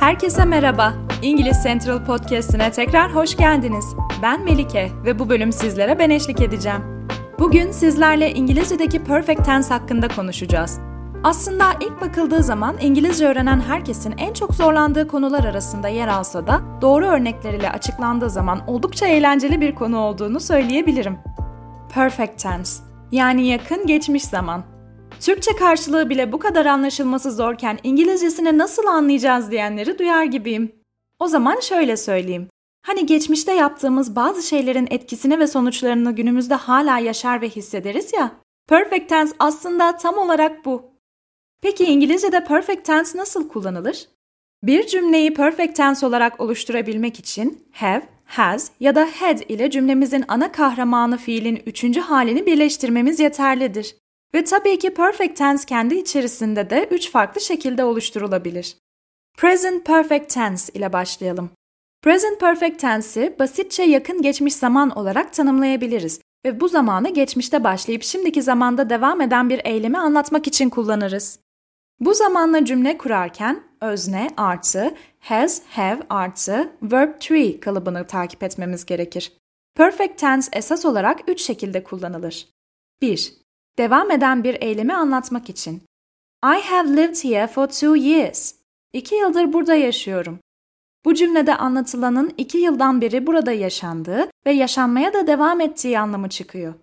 Herkese merhaba. İngiliz Central Podcast'ine tekrar hoş geldiniz. Ben Melike ve bu bölüm sizlere ben eşlik edeceğim. Bugün sizlerle İngilizce'deki perfect tense hakkında konuşacağız. Aslında ilk bakıldığı zaman İngilizce öğrenen herkesin en çok zorlandığı konular arasında yer alsa da doğru örnekleriyle açıklandığı zaman oldukça eğlenceli bir konu olduğunu söyleyebilirim. Perfect tense, yani yakın geçmiş zaman. Türkçe karşılığı bile bu kadar anlaşılması zorken İngilizcesini nasıl anlayacağız diyenleri duyar gibiyim. O zaman şöyle söyleyeyim. Hani geçmişte yaptığımız bazı şeylerin etkisini ve sonuçlarını günümüzde hala yaşar ve hissederiz ya. Perfect tense aslında tam olarak bu. Peki İngilizce'de perfect tense nasıl kullanılır? Bir cümleyi perfect tense olarak oluşturabilmek için have, has ya da had ile cümlemizin ana kahramanı fiilin üçüncü halini birleştirmemiz yeterlidir. Ve tabii ki perfect tense kendi içerisinde de 3 farklı şekilde oluşturulabilir. Present perfect tense ile başlayalım. Present perfect tense'i basitçe yakın geçmiş zaman olarak tanımlayabiliriz ve bu zamanı geçmişte başlayıp şimdiki zamanda devam eden bir eylemi anlatmak için kullanırız. Bu zamanla cümle kurarken özne artı has, have artı verb to kalıbını takip etmemiz gerekir. Perfect tense esas olarak 3 şekilde kullanılır. 1. Devam eden bir eylemi anlatmak için. I have lived here for 2 years. 2 yıldır burada yaşıyorum. Bu cümlede anlatılanın 2 yıldan beri burada yaşandığı ve yaşanmaya da devam ettiği anlamı çıkıyor.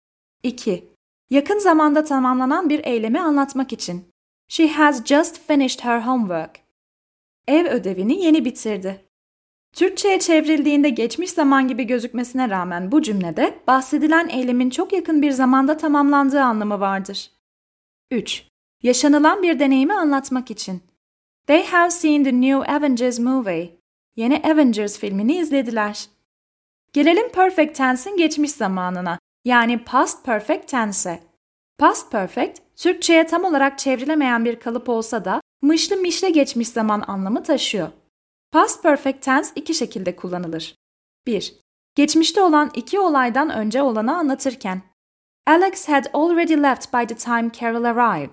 2. Yakın zamanda tamamlanan bir eylemi anlatmak için. She has just finished her homework. Ev ödevini yeni bitirdi. Türkçe'ye çevrildiğinde geçmiş zaman gibi gözükmesine rağmen bu cümlede bahsedilen eylemin çok yakın bir zamanda tamamlandığı anlamı vardır. 3. Yaşanılan bir deneyimi anlatmak için. They have seen the new Avengers movie. Yeni Avengers filmini izlediler. Gelelim perfect tense'in geçmiş zamanına, yani past perfect tense'e. Past perfect, Türkçe'ye tam olarak çevrilemeyen bir kalıp olsa da mışlı mişle geçmiş zaman anlamı taşıyor. Past perfect tense 2 şekilde kullanılır. 1. Geçmişte olan 2 olaydan önce olanı anlatırken. Alex had already left by the time Carol arrived.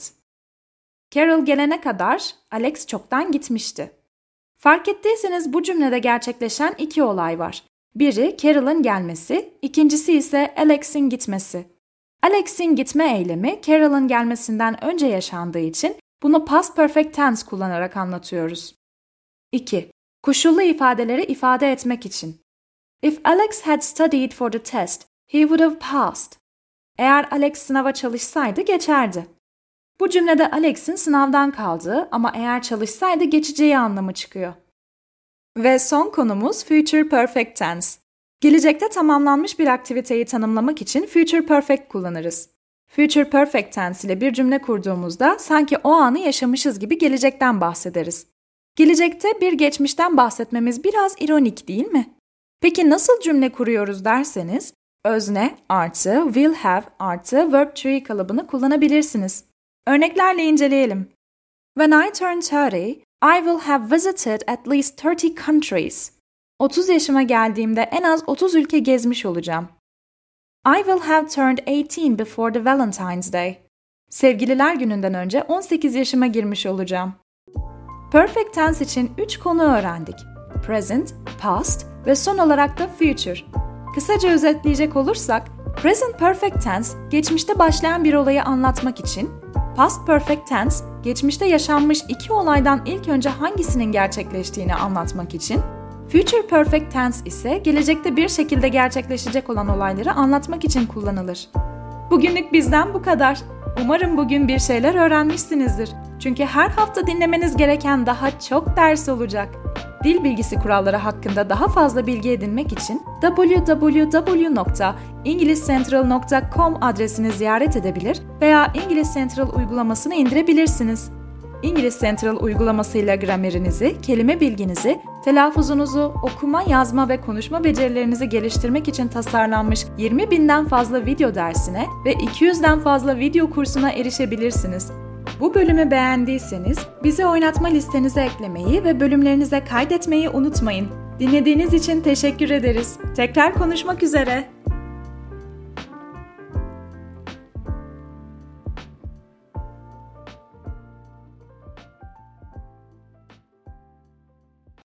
Carol gelene kadar Alex çoktan gitmişti. Fark ettiyseniz bu cümlede gerçekleşen 2 olay var. Biri Carol'ın gelmesi, ikincisi ise Alex'in gitmesi. Alex'in gitme eylemi Carol'ın gelmesinden önce yaşandığı için bunu past perfect tense kullanarak anlatıyoruz. 2. Koşullu ifadeleri ifade etmek için. If Alex had studied for the test, he would have passed. Eğer Alex sınava çalışsaydı geçerdi. Bu cümlede Alex'in sınavdan kaldığı ama eğer çalışsaydı geçeceği anlamı çıkıyor. Ve son konumuz future perfect tense. Gelecekte tamamlanmış bir aktiviteyi tanımlamak için future perfect kullanırız. Future perfect tense ile bir cümle kurduğumuzda sanki o anı yaşamışız gibi gelecekten bahsederiz. Gelecekte bir geçmişten bahsetmemiz biraz ironik değil mi? Peki nasıl cümle kuruyoruz derseniz, özne artı will have artı verb to kalıbını kullanabilirsiniz. Örneklerle inceleyelim. When I turn 30, I will have visited at least 30 countries. 30 yaşıma geldiğimde en az 30 ülke gezmiş olacağım. I will have turned 18 before the Valentine's Day. Sevgililer gününden önce 18 yaşıma girmiş olacağım. Perfect tense için 3 konu öğrendik. Present, past ve son olarak da future. Kısaca özetleyecek olursak, present perfect tense, geçmişte başlayan bir olayı anlatmak için, past perfect tense, geçmişte yaşanmış 2 olaydan ilk önce hangisinin gerçekleştiğini anlatmak için, future perfect tense ise gelecekte bir şekilde gerçekleşecek olan olayları anlatmak için kullanılır. Bugünlük bizden bu kadar. Umarım bugün bir şeyler öğrenmişsinizdir. Çünkü her hafta dinlemeniz gereken daha çok ders olacak. Dil bilgisi kuralları hakkında daha fazla bilgi edinmek için www.englishcentral.com adresini ziyaret edebilir veya İngiliz Central uygulamasını indirebilirsiniz. İngiliz Central uygulamasıyla gramerinizi, kelime bilginizi, telaffuzunuzu, okuma, yazma ve konuşma becerilerinizi geliştirmek için tasarlanmış 20.000'den fazla video dersine ve 200'den fazla video kursuna erişebilirsiniz. Bu bölümü beğendiyseniz bizi oynatma listenize eklemeyi ve bölümlerinize kaydetmeyi unutmayın. Dinlediğiniz için teşekkür ederiz. Tekrar konuşmak üzere.